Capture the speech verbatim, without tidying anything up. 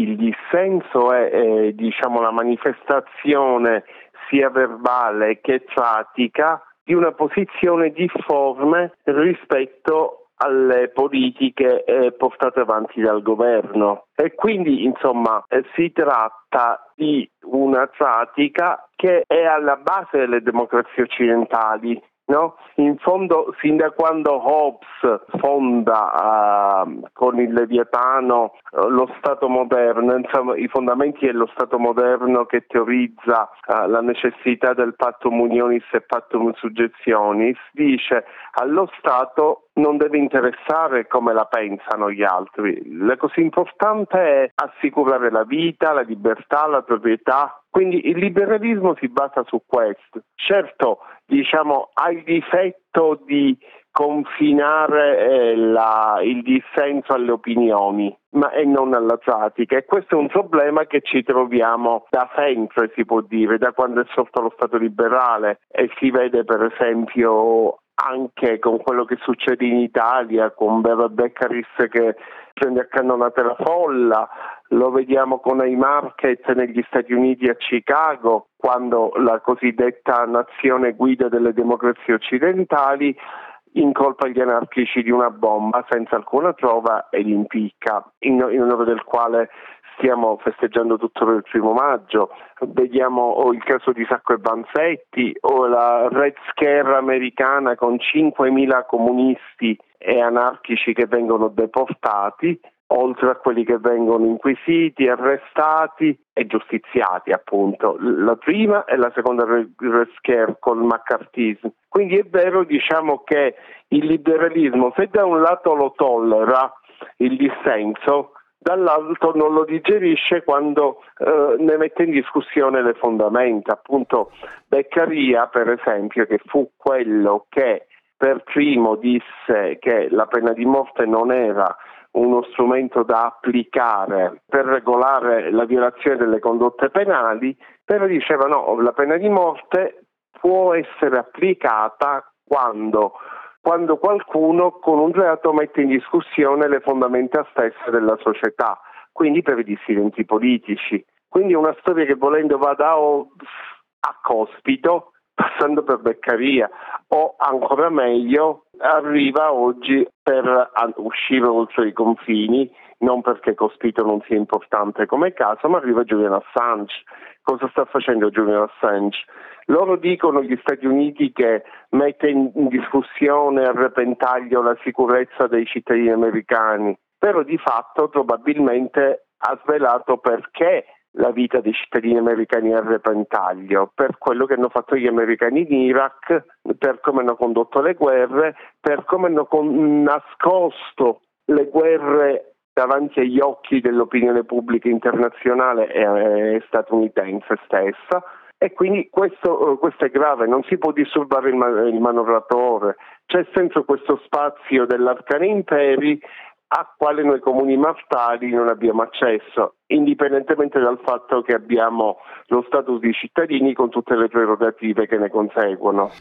il dissenso è, è diciamo la manifestazione sia verbale che pratica di una posizione difforme rispetto alle politiche eh, portate avanti dal governo, e quindi insomma eh, si tratta di una pratica che è alla base delle democrazie occidentali. No? In fondo, sin da quando Hobbes fonda uh, con il Leviatano uh, lo Stato moderno, insomma i fondamenti dello Stato moderno, che teorizza uh, la necessità del pactum unionis e pactum suggestionis, dice allo Stato non deve interessare come la pensano gli altri, la cosa importante è assicurare la vita, la libertà, la proprietà. Quindi il liberalismo si basa su questo. Certo, diciamo, ha il difetto di confinare eh, la, il dissenso alle opinioni, ma e non alla pratica, e questo è un problema che ci troviamo da sempre, si può dire, da quando è sorto lo Stato liberale, e si vede per esempio anche con quello che succede in Italia, con Beva Beccaris che prende a cannonate la folla, lo vediamo con Haymarket negli Stati Uniti a Chicago, quando la cosiddetta nazione guida delle democrazie occidentali incolpa gli anarchici di una bomba senza alcuna prova e li impicca, in, in onore del quale stiamo festeggiando tutto il primo maggio. Vediamo o il caso di Sacco e Vanzetti o la Red Scare americana con cinquemila comunisti e anarchici che vengono deportati, oltre a quelli che vengono inquisiti, arrestati e giustiziati, appunto. La prima e la seconda Red Scare col McCarthyismo. Quindi è vero, diciamo, che il liberalismo, se da un lato lo tollera il dissenso, dall'altro non lo digerisce quando eh, ne mette in discussione le fondamenta. Appunto Beccaria, per esempio, che fu quello che per primo disse che la pena di morte non era uno strumento da applicare per regolare la violazione delle condotte penali, però diceva no, la pena di morte può essere applicata quando quando qualcuno con un reato mette in discussione le fondamenta stesse della società, quindi per i dissidenti politici. Quindi è una storia che volendo va da Hobbes a Cospito, passando per Beccaria, o ancora meglio arriva oggi per uscire oltre i confini, non perché Cospito non sia importante come caso, ma arriva Julian Assange. Cosa sta facendo Julian Assange? Loro dicono, gli Stati Uniti, che mette in discussione, a repentaglio la sicurezza dei cittadini americani, però di fatto probabilmente ha svelato perché la vita dei cittadini americani è a repentaglio, per quello che hanno fatto gli americani in Iraq, per come hanno condotto le guerre, per come hanno con- nascosto le guerre davanti agli occhi dell'opinione pubblica internazionale e, e statunitense stessa. E quindi questo, questo è grave, non si può disturbare il, il manovratore, c'è senso questo spazio dell'arcane imperi a quale noi comuni mortali non abbiamo accesso, indipendentemente dal fatto che abbiamo lo status di cittadini con tutte le prerogative che ne conseguono.